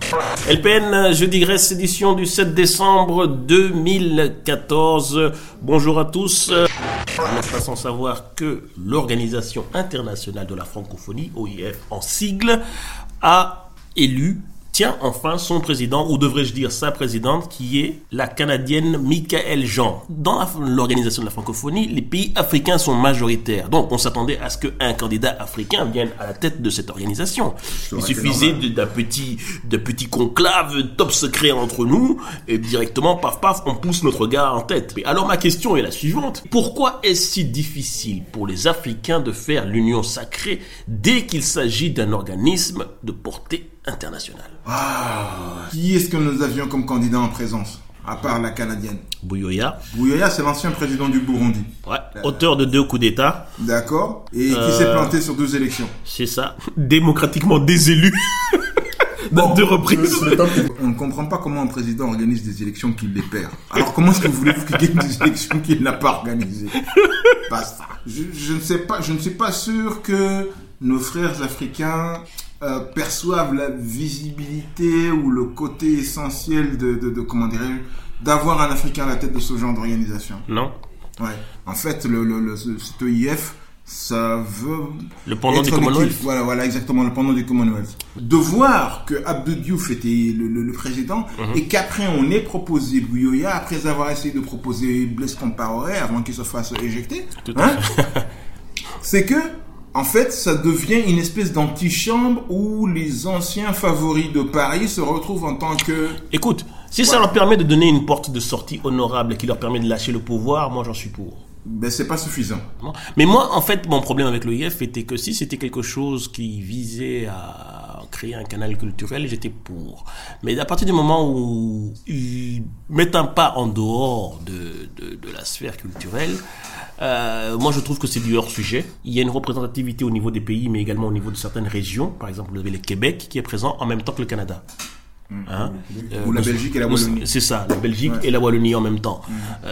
LPN, je digresse, édition du 7 décembre 2014. Bonjour à tous. Vous n'êtes pas sans savoir que l'Organisation internationale de la francophonie, OIF en sigle, a élu, enfin son président, ou devrais-je dire sa présidente, qui est la Canadienne Michaëlle Jean. Dans l'Organisation de la francophonie, les pays africains sont majoritaires. Donc on s'attendait à ce qu'un candidat africain vienne à la tête de cette organisation. Il suffisait d'un petit conclave top secret entre nous, et directement, paf paf, on pousse notre gars en tête. Mais alors ma question est la suivante. Pourquoi est-ce si difficile pour les Africains de faire l'union sacrée dès qu'il s'agit d'un organisme de portée internationale? Qui est-ce que nous avions comme candidat en présence, à part la Canadienne? Buyoya. Buyoya, c'est l'ancien président du Burundi. Ouais, auteur de 2 coups d'État. D'accord. Et qui s'est planté sur 2 élections. C'est ça. Démocratiquement désélu. Dans 2 reprises. On ne comprend pas comment un président organise des élections qu'il les perd. Alors comment est-ce que vous voulez qu'il gagne des élections qu'il n'a pas organisées? Basta. Je ne sais pas, je ne suis pas sûr que nos frères africains perçoivent la visibilité ou le côté essentiel de comment dirais-je, d'avoir un Africain à la tête de ce genre d'organisation. Non. Ouais. En fait, cet OIF, ça veut le pendant du être Commonwealth. Voilà, exactement, le pendant du Commonwealth. De voir que Abdou Diouf était le président et qu'après on ait proposé Buyoya, après avoir essayé de proposer Blaise Compaoré avant qu'il se fasse éjecter. Tout à fait. C'est que en fait, ça devient une espèce d'antichambre où les anciens favoris de Paris se retrouvent en tant que... Écoute, si ça leur permet de donner une porte de sortie honorable qui leur permet de lâcher le pouvoir, moi j'en suis pour. Ben, c'est pas suffisant. Mais moi, en fait, mon problème avec l'OIF était que si c'était quelque chose qui visait à créer un canal culturel, j'étais pour. Mais à partir du moment où ils mettent un pas en dehors de la sphère culturelle, moi je trouve que c'est du hors-sujet. Il y a une représentativité au niveau des pays, mais également au niveau de certaines régions. Par exemple, vous avez le Québec qui est présent en même temps que le Canada. Ou la Belgique et la Wallonie. C'est ça, la Belgique et la Wallonie en même temps.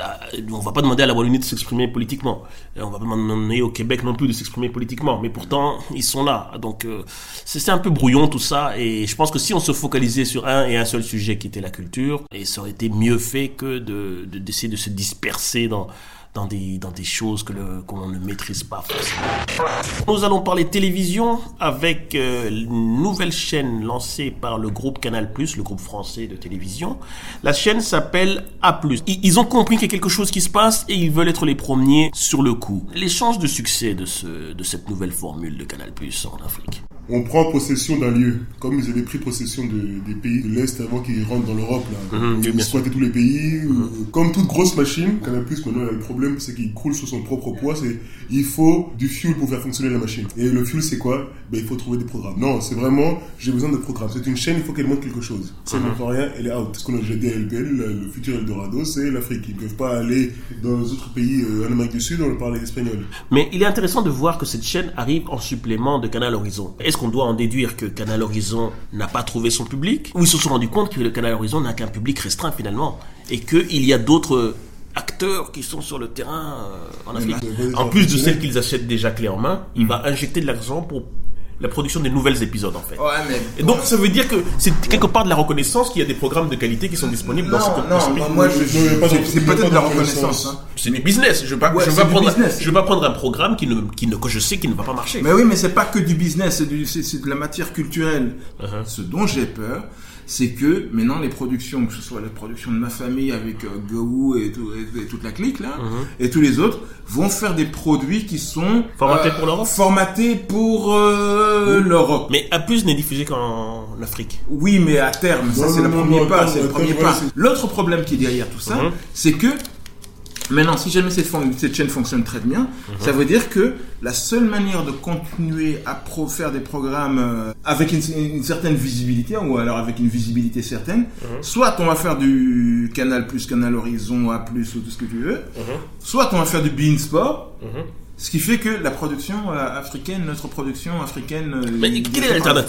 On va pas demander à la Wallonie de s'exprimer politiquement. On va pas demander au Québec non plus de s'exprimer politiquement. Mais pourtant, ils sont là. Donc, c'est un peu brouillon tout ça. Et je pense que si on se focalisait sur un seul sujet qui était la culture, et ça aurait été mieux fait que d'essayer de se disperser dans des choses qu'on ne maîtrise pas forcément. Nous allons parler télévision avec une nouvelle chaîne lancée par le groupe Canal+, le groupe français de télévision. La chaîne s'appelle A+. Ils ont compris qu'il y a quelque chose qui se passe et ils veulent être les premiers sur le coup. Les chances de succès de cette nouvelle formule de Canal+ en Afrique. On prend possession d'un lieu, comme ils avaient pris possession des pays de l'Est avant qu'ils rentrent dans l'Europe. Ils exploitaient tous les pays. Comme toute grosse machine, Canal+, maintenant, il a le problème, c'est qu'il croule sur son propre poids. Il faut du fuel pour faire fonctionner la machine. Et le fuel, c'est quoi? Il faut trouver des programmes. Non, c'est vraiment, j'ai besoin de programmes. C'est une chaîne, il faut qu'elle montre quelque chose. Si elle ne montre rien, elle est out. Ce qu'on a déjà dit à LPL, le futur Eldorado, c'est l'Afrique. Ils ne peuvent pas aller dans les autres pays en Amérique du Sud, on parle espagnol. Mais il est intéressant de voir que cette chaîne arrive en supplément de Canal Horizon. Est-ce qu'on doit en déduire que Canal Horizon n'a pas trouvé son public, ou ils se sont rendus compte que le Canal Horizon n'a qu'un public restreint finalement, et qu'il y a d'autres acteurs qui sont sur le terrain en Afrique. En plus de celles qu'ils achètent déjà clé en main, il va injecter de l'argent pour la production des nouvelles épisodes en fait. Et donc ça veut dire que c'est quelque part de la reconnaissance qu'il y a des programmes de qualité qui sont disponibles dans ce pays. Moi c'est peut-être de la reconnaissance. C'est du business. Je veux pas prendre un programme que je sais qui ne va pas marcher. Mais oui, mais c'est pas que du business, c'est de la matière culturelle. Ce dont j'ai peur, c'est que maintenant les productions, que ce soit les productions de ma famille avec Gawou et toute la clique là, et tous les autres, vont faire des produits qui sont formatés pour l'Europe. Formatés pour l'Europe. Mais A+ n'est diffusé qu'en Afrique. Oui, mais à terme, ça c'est le premier pas. L'autre problème qui est derrière tout ça, c'est que maintenant, si jamais cette chaîne fonctionne très bien, ça veut dire que la seule manière de continuer à faire des programmes avec une certaine visibilité, ou alors avec une visibilité certaine, soit on va faire du Canal+, Canal Horizon, A+, ou tout ce que tu veux, soit on va faire du beIN Sport, ce qui fait que la production africaine, notre production africaine... Mais quelle est l'alternative?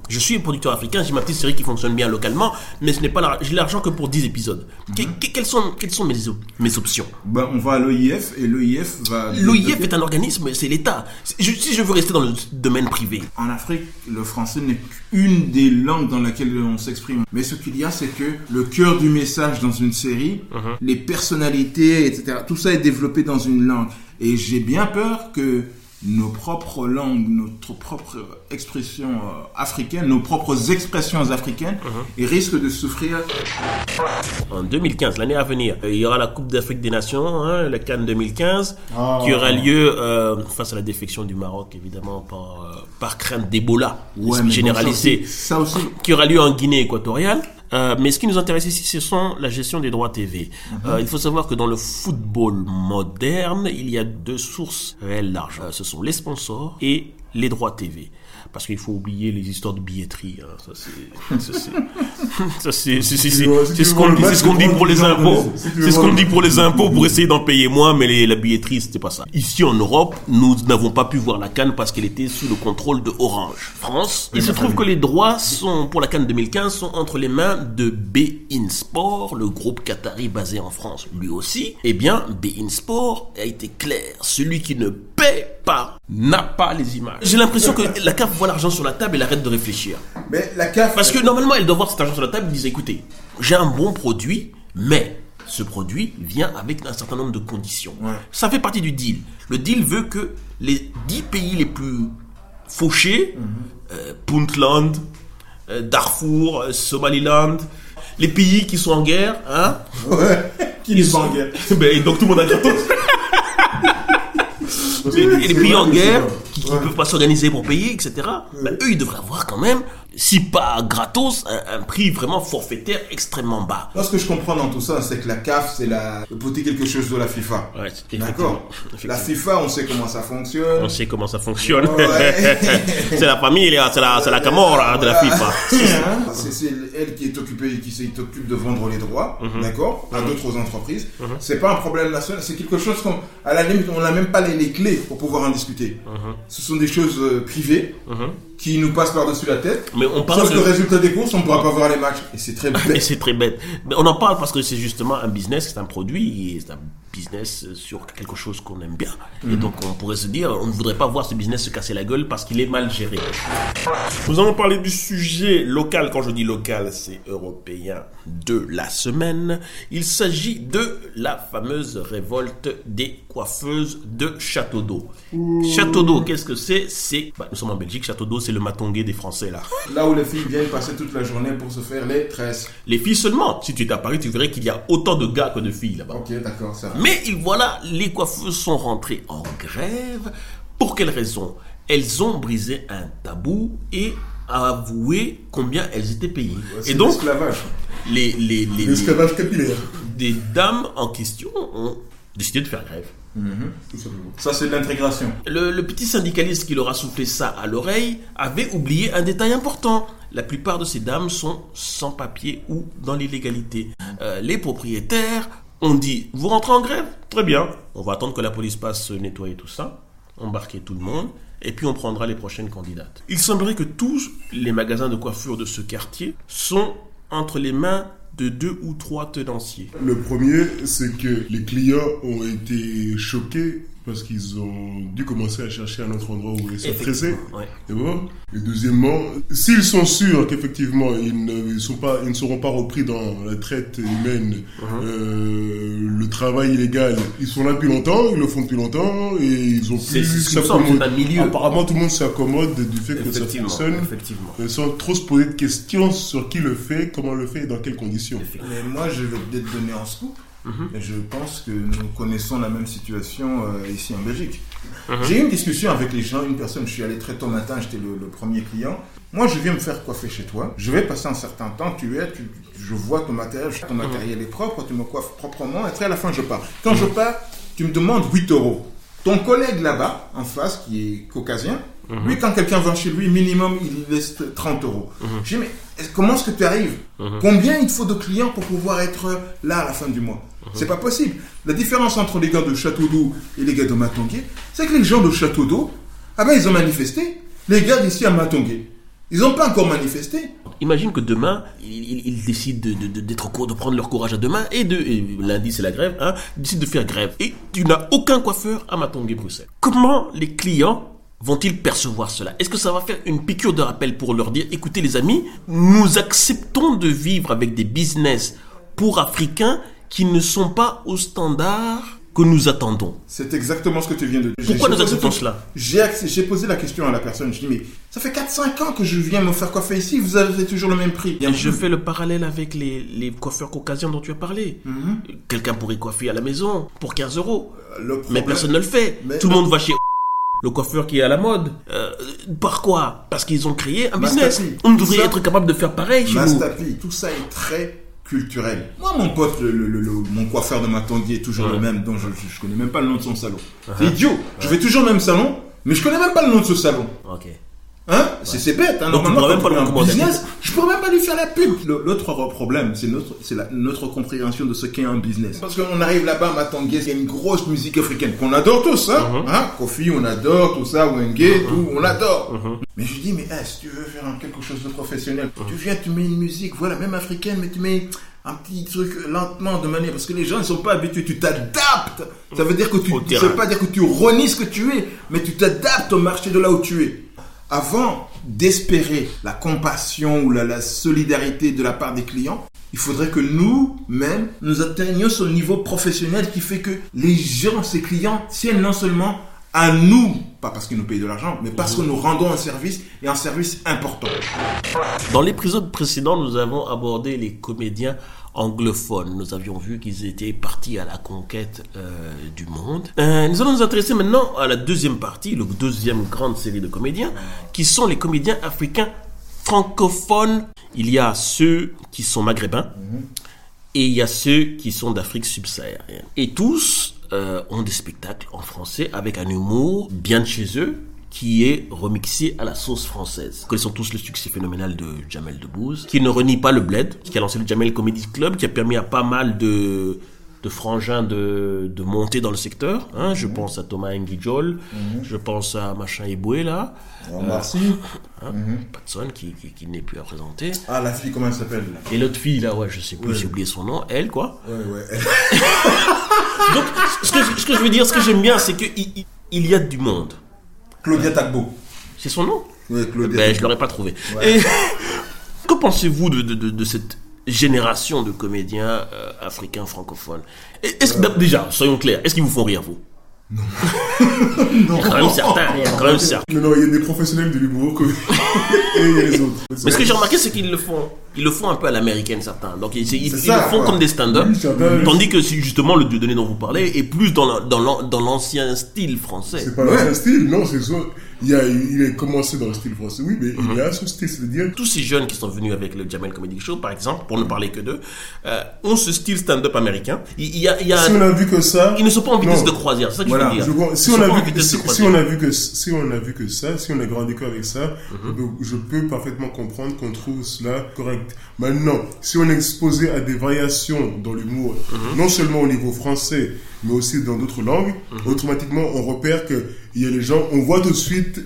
Je suis un producteur africain, j'ai ma petite série qui fonctionne bien localement, mais ce n'est pas j'ai l'argent que pour 10 épisodes. Quelles sont mes options? On va à l'OIF et l'OIF va... L'OIF est un organisme, c'est l'État. Si je veux rester dans le domaine privé. En Afrique, le français n'est qu'une des langues dans laquelle on s'exprime. Mais ce qu'il y a, c'est que le cœur du message dans une série, les personnalités, etc., tout ça est développé dans une langue. Et j'ai bien peur que nos propres langues, notre propre expression africaine, nos propres expressions africaines, et risquent de souffrir. En 2015, l'année à venir, il y aura la Coupe d'Afrique des Nations, la CAN 2015, qui aura lieu face à la défection du Maroc, évidemment, par crainte d'Ebola généralisée, bon, ça aussi. Qui aura lieu en Guinée équatoriale. Mais ce qui nous intéresse ici, ce sont la gestion des droits TV. Il faut savoir que dans le football moderne, il y a 2 sources réelles d'argent. Ce sont les sponsors et les droits TV. Parce qu'il faut oublier les histoires de billetterie. C'est ce qu'on dit pour les impôts. C'est ce qu'on dit pour les impôts pour essayer d'en payer moins, mais la billetterie, c'était pas ça. Ici en Europe, nous n'avons pas pu voir la CAN parce qu'elle était sous le contrôle de Orange France. Il se trouve que les droits pour la CAN 2015 sont entre les mains de beIN Sport, le groupe qatari basé en France, lui aussi. Eh bien, beIN Sport a été clair. Celui qui ne paie pas n'a pas les images. J'ai l'impression que la CAF voit l'argent sur la table et elle arrête de réfléchir. Mais la CAF... Parce que normalement, elle doit voir cet argent sur la table et dire, écoutez, j'ai un bon produit, mais ce produit vient avec un certain nombre de conditions. Ouais. Ça fait partie du deal. Le deal veut que les 10 pays les plus fauchés, Puntland, Darfour, Somaliland, les pays qui sont en guerre, qui sont en guerre. Donc tout le monde a gratos. Et les pays en guerre qui ne peuvent pas s'organiser pour payer, etc. Eux, ils devraient avoir quand même, si pas gratos, un prix vraiment forfaitaire extrêmement bas. Moi, ce que je comprends dans tout ça, c'est que la CAF, c'est le petit quelque chose de la FIFA. Ouais, d'accord. La FIFA, on sait comment ça fonctionne. On sait comment ça fonctionne. C'est la famille, c'est la Camorra de la FIFA. C'est elle qui s'occupe de vendre les droits, d'accord, à d'autres entreprises. C'est pas un problème national, c'est quelque chose à la limite, on n'a même pas les clés pour pouvoir en discuter. Ce sont des choses privées qui nous passent par-dessus la tête. Mais on parle sauf que le résultat des courses, on ne pourra pas voir les matchs. Et c'est très bête. Et c'est très bête. Mais on en parle parce que c'est justement un business, c'est un produit, c'est un business sur quelque chose qu'on aime bien. Et donc on pourrait se dire, on ne voudrait pas voir ce business se casser la gueule parce qu'il est mal géré. Nous allons parler du sujet local. Quand je dis local, c'est européen de la semaine. Il s'agit de la fameuse révolte des coiffeuses de Château d'Eau. Château d'Eau, qu'est-ce que c'est? Nous sommes en Belgique, Château d'Eau, c'est le matongué des Français là. Là où les filles viennent passer toute la journée pour se faire les tresses. Les filles seulement. Si tu es à Paris, tu verrais qu'il y a autant de gars que de filles là-bas. Ok, d'accord, ça va. Mais voilà, les coiffeuses sont rentrées en grève. Pour quelle raison? Elles ont brisé un tabou et avoué combien elles étaient payées. Et donc, l'esclavage. L'esclavage capillaire. Des dames en question ont décidé de faire grève. Ça, c'est de l'intégration. Le petit syndicaliste qui leur a soufflé ça à l'oreille avait oublié un détail important. La plupart de ces dames sont sans papier ou dans l'illégalité. Les propriétaires ont dit, vous rentrez en grève? Très bien. On va attendre que la police passe nettoyer tout ça, embarquer tout le monde, et puis on prendra les prochaines candidates. Il semblerait que tous les magasins de coiffure de ce quartier sont entre les mains de 2 ou 3 tenanciers. Le premier, c'est que les clients ont été choqués parce qu'ils ont dû commencer à chercher un autre endroit où ils sont pressés. Ouais. Et bon. Et deuxièmement, s'ils sont sûrs qu'effectivement ils ne seront pas repris dans la traite humaine, le travail illégal, ils sont là depuis longtemps, ils le font depuis longtemps et ils ont plus s'accommoder. Apparemment, tout le monde s'accommode du fait que ça fonctionne, sans trop se poser de questions sur qui le fait, comment le fait et dans quelles conditions. Mais moi, je vais peut-être donner un scoop. Et je pense que nous connaissons la même situation ici en Belgique. J'ai eu une discussion avec les gens, une personne, je suis allé très tôt matin, j'étais le premier client. Moi, je viens me faire coiffer chez toi. Je vais passer un certain temps, je vois ton matériel est propre, tu me coiffes proprement, et après à la fin je pars. Quand je pars, tu me demandes 8 €. Ton collègue là-bas, en face, qui est caucasien, lui, quand quelqu'un vient chez lui, minimum, il laisse 30 €. Je dis, mais comment est-ce que tu arrives? Combien il faut de clients pour pouvoir être là à la fin du mois? C'est pas possible. La différence entre les gars de Château d'Eau et les gars de Matongué, c'est que les gens de Château d'Eau, ils ont manifesté. Les gars d'ici à Matongué, Ils n'ont pas encore manifesté. Imagine que demain, ils décident de prendre leur courage à deux mains et lundi c'est la grève, hein, ils décident de faire grève. Et tu n'as aucun coiffeur à Matongué, Bruxelles. Comment les clients vont-ils percevoir cela? Est-ce que ça va faire une piqûre de rappel pour leur dire, écoutez les amis, nous acceptons de vivre avec des business pour Africains qui ne sont pas aux standards que nous attendons. C'est exactement ce que tu viens de dire. Pourquoi nous acceptons cela? J'ai posé la question à la personne, je dis mais ça fait 4-5 ans que je viens me faire coiffer ici, vous avez toujours le même prix. Et je fais le parallèle avec les coiffeurs caucasiens dont tu as parlé. Quelqu'un pourrait coiffer à la maison pour 15 €. Mais personne ne le fait. Tout le monde va chez le coiffeur qui est à la mode. Par quoi? Parce qu'ils ont créé un business. On devrait être capable de faire pareil chez nous. Tout ça est très culturel. Moi, mon pote, mon coiffeur de Matongué est toujours le même, dont je connais même pas le nom de son salon. C'est idiot. Je vais toujours au même salon, mais je connais même pas le nom de ce salon. Ok. Hein? C'est bête. Hein? Donc, normalement, même pas un business, je pourrais même pas lui faire la pub. L'autre problème, c'est notre compréhension de ce qu'est un business. Parce qu'on arrive là-bas à Matongué, il y a une grosse musique africaine qu'on adore tous, hein? Kofi, on adore tout ça, Wenge, tout, on adore. Mais je dis, mais si tu veux faire quelque chose de professionnel, tu viens, tu mets une musique, voilà, même africaine, mais tu mets un petit truc lentement de manière, parce que les gens ne sont pas habitués, tu t'adaptes. Ça veut dire que ça veut pas dire que tu renies ce que tu es, mais tu t'adaptes au marché de là où tu es. Avant d'espérer la compassion ou la solidarité de la part des clients, il faudrait que nous-mêmes, nous atteignions ce niveau professionnel qui fait que les gens, ces clients, tiennent non seulement à nous, pas parce qu'ils nous payent de l'argent, mais parce que nous rendons un service, et un service important. Dans l'épisode précédent, nous avons abordé les comédiens anglophones. Nous avions vu qu'ils étaient partis à la conquête du monde. Nous allons nous intéresser maintenant à la deuxième partie, la deuxième grande série de comédiens, qui sont les comédiens africains francophones. Il y a ceux qui sont maghrébins et il y a ceux qui sont d'Afrique subsaharienne. Et tous ont des spectacles en français avec un humour bien de chez eux, qui est remixé à la sauce française. Nous connaissons tous le succès phénoménal de Jamel Debbouze, qui ne renie pas le bled, qui a lancé le Jamel Comedy Club, qui a permis à pas mal de frangins de monter dans le secteur. Hein, je pense à Thomas Nguijol, je pense à Machin Eboué, là. Merci. Patson, qui n'est plus à présenter. Ah, la fille, comment elle s'appelle là? Et l'autre fille, là, ouais, je sais plus, j'ai oublié son nom. Elle, quoi. Ouais. Donc, ce que je veux dire, ce que j'aime bien, c'est qu'il y a du monde. Claudia Tagbo. C'est son nom? Oui, Claudia. Ben, je l'aurais pas trouvé. Ouais. Et que pensez-vous de cette génération de comédiens africains francophones? Est-ce que, déjà, soyons clairs, est-ce qu'ils vous font rire, vous? Non. Il y a quand même certains. Non, il y a des professionnels de l'humour et il y a les autres. Mais ce que j'ai remarqué, c'est qu'ils le font un peu à l'américaine, certains. Donc ils le font comme des stand-up, tandis que justement le Dieudonné dont vous parlez est plus dans l'ancien style français. C'est pas l'ancien style, non, c'est ça. Il a commencé dans le style français, oui, mais il a ce style, c'est-à-dire... Tous ces jeunes qui sont venus avec le Jamel Comedy Show, par exemple, pour ne parler que d'eux, ont ce style stand-up américain. Si on a vu que ça... Ils ne sont pas en vitesse de croisière, c'est ça que je veux dire. Si on a vu que ça, si on a grandi qu'avec ça, je peux parfaitement comprendre qu'on trouve cela correct. Maintenant, si on est exposé à des variations dans l'humour, non seulement au niveau français, mais aussi dans d'autres langues, automatiquement on repère que il y a les gens, on voit tout de suite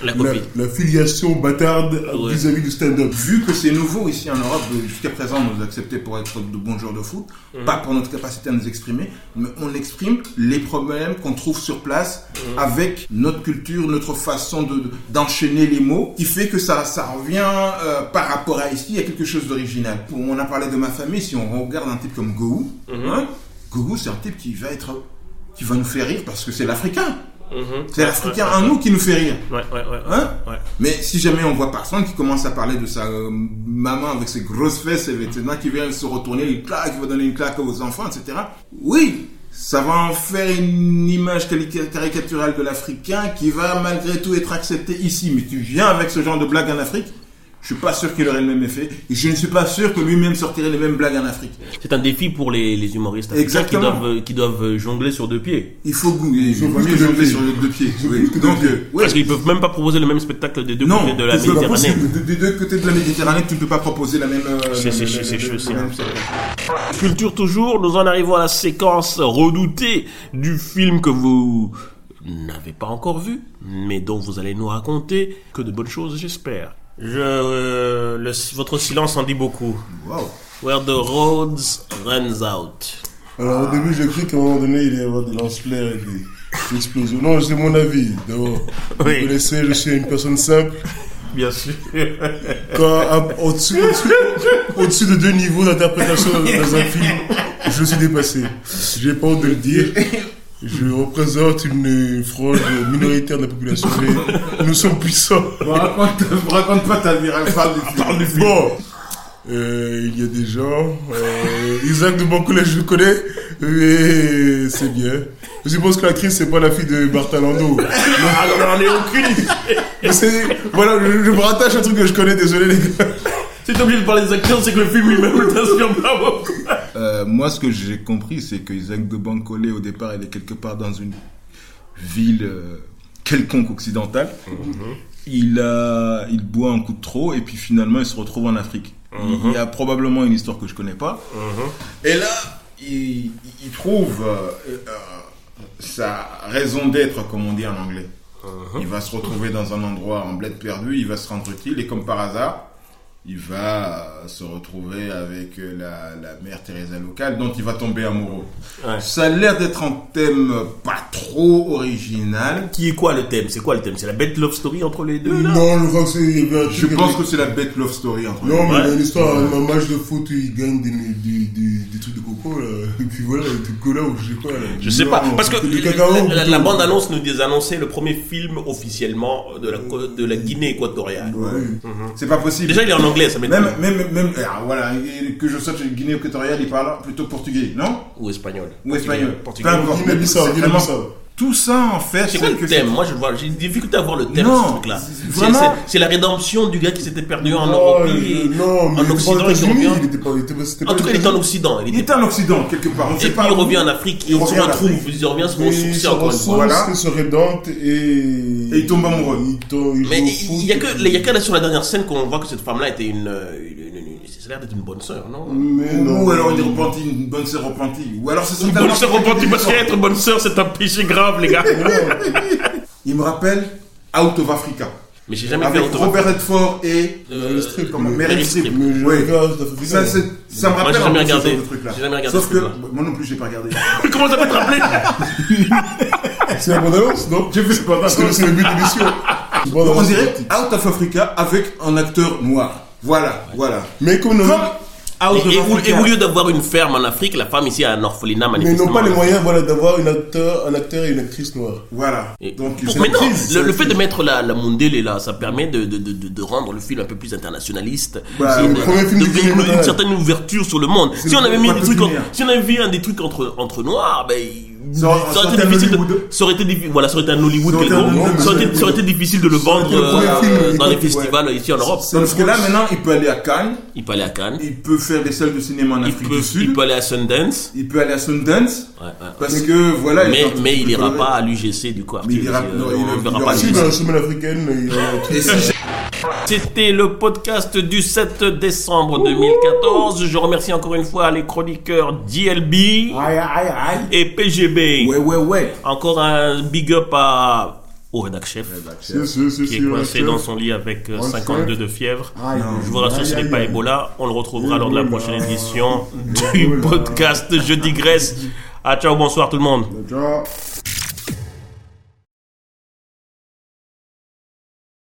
la filiation bâtarde vis-à-vis du stand-up. Vu que c'est nouveau ici en Europe, jusqu'à présent on nous acceptait pour être de bons joueurs de foot, pas pour notre capacité à nous exprimer, mais on exprime les problèmes qu'on trouve sur place avec notre culture, notre façon d'enchaîner les mots, qui fait que ça revient par rapport à ici, il y a quelque chose d'original. On a parlé de ma famille, si on regarde un type comme Gougou, Gougou c'est un type qui va nous faire rire parce que c'est l'Africain. C'est l'Africain en nous qui nous fait rire. Ouais. Mais si jamais on voit personne qui commence à parler de sa maman avec ses grosses fesses, etc., qui vient se retourner, qui va donner une claque aux enfants, etc., oui, ça va en faire une image caricaturale de l'Africain qui va malgré tout être accepté ici. Mais tu viens avec ce genre de blague en Afrique, je suis pas sûr qu'il aurait le même effet et je ne suis pas sûr que lui-même sortirait les mêmes blagues en Afrique. C'est un défi pour les humoristes africains qui doivent jongler sur deux pieds. Il faut mieux jongler sur les deux pieds. Donc, parce qu'ils peuvent même pas proposer le même spectacle des deux côtés de la Méditerranée. Des deux côtés de la Méditerranée, tu ne peux pas proposer la même. Culture toujours, nous en arrivons à la séquence redoutée du film que vous n'avez pas encore vu, mais dont vous allez nous raconter que de bonnes choses, j'espère. Votre silence en dit beaucoup. Wow. Where the roads runs out. Alors au début j'ai cru qu'à un moment donné il allait y avoir des lance-flares et des explosions. Non, c'est mon avis. D'abord, vous connaissez, je suis une personne simple. Bien sûr. Quand au-dessus de 2 niveaux d'interprétation dans un film, je suis dépassé. J'ai pas honte de le dire. Je représente une frange minoritaire de la population, mais nous sommes puissants. Raconte pas ta vie, parle du film. Bon, il y a des gens. Isaac de Bancolais, je le connais, mais c'est bien. Je suppose que la crise, c'est pas la fille de Martin Landau. Alors, on est aucune idée. Voilà, je me rattache à un truc que je connais, désolé les gars. Si t'es obligé de parler des acteurs, c'est que le film lui-même ne t'inspire pas beaucoup. Moi, ce que j'ai compris, c'est que Isaac de Bancolais, au départ, il est quelque part dans une ville quelconque occidentale. Il boit un coup de trop, et puis finalement, il se retrouve en Afrique. Il y a probablement une histoire que je connais pas. Et là, il trouve sa raison d'être, comme on dit en anglais. Il va se retrouver dans un endroit en bled perdu, il va se rendre utile, et comme par hasard, il va se retrouver avec la mère Teresa locale, dont il va tomber amoureux. Ouais. Ça a l'air d'être un thème pas trop original. Qui est quoi le thème? C'est quoi le thème? C'est la bête love story entre les deux là? Non, je crois que c'est... Je pense que c'est la bête love story entre les deux. Non, mais il y a une histoire, un match de foot où il gagne des trucs de coco, là. Et puis voilà, des cola ou je sais pas. Là. Je sais pas, parce que la bande-annonce nous annonçait le premier film officiellement de la Guinée équatoriale. Ouais. C'est pas possible. Déjà, il est en anglais, ça m'étonne. Même voilà, que je sache, Guinée équatoriale, il parle plutôt portugais, non? Ou espagnol. Portugais. Tout ça, en fait, c'est quoi le thème? Moi, j'ai une difficulté à voir le thème de ce truc-là. C'est la rédemption du gars qui s'était perdu en Europe. En Occident, il revient. En tout cas, il était en Occident. Il était en Occident, quelque part. Et puis, il revient en Afrique, il se retrouve, il revient se ressourcer encore une fois. Voilà. Il se rédempte et il tombe amoureux. Mais il y a que sur la dernière scène qu'on voit que cette femme-là était ça a l'air d'être une bonne sœur, non? Ou alors une bonne sœur repentie. Ou alors c'est une bonne sœur repentie, parce qu'être bonne sœur, c'est un péché grave, les gars. Il me rappelle Out of Africa. Mais j'ai jamais vu Robert Redford et Meryl Streep. Ça me rappelle. Moi, j'ai jamais regardé. Sauf que moi non plus, j'ai pas regardé. Comment ça peut te rappeler? C'est la bande-annonce, non? J'ai vu cette bande-annonce. Parce que c'est le but de l'émission. On dirait Out of Africa avec un acteur noir. Voilà. Mais comme et au lieu d'avoir une ferme en Afrique, la femme ici a un orphelinat manifestement. Mais n'ont pas les moyens, d'avoir un acteur et une actrice noire. Voilà. Donc maintenant, le fait de mettre la Mundele là, ça permet de rendre le film un peu plus internationaliste. Une certaine ouverture sur le monde. Si on avait mis des trucs entre noirs, ben ça aurait été difficile. Ça aurait été un Hollywood quelconque. Ça aurait été difficile de le vendre dans les festivals ici en Europe. Parce que là maintenant, il peut aller à Cannes. Il peut faire des salles de cinéma en Afrique du Sud. Il peut aller à Sundance. Parce que voilà. Mais il ira pas à l'UGC du coup. Il ira pas dans la semaine africaine. C'était le podcast du 7 décembre 2014. Je remercie encore une fois les chroniqueurs DLB et PGB. Ouais. Encore un big up au rédac chef qui est coincé dans son lit avec 52 de fièvre. Je vous rassure, ce n'est pas Ebola. On le retrouvera lors de la prochaine édition du podcast Je digresse. Ciao, bonsoir tout le monde. Ciao.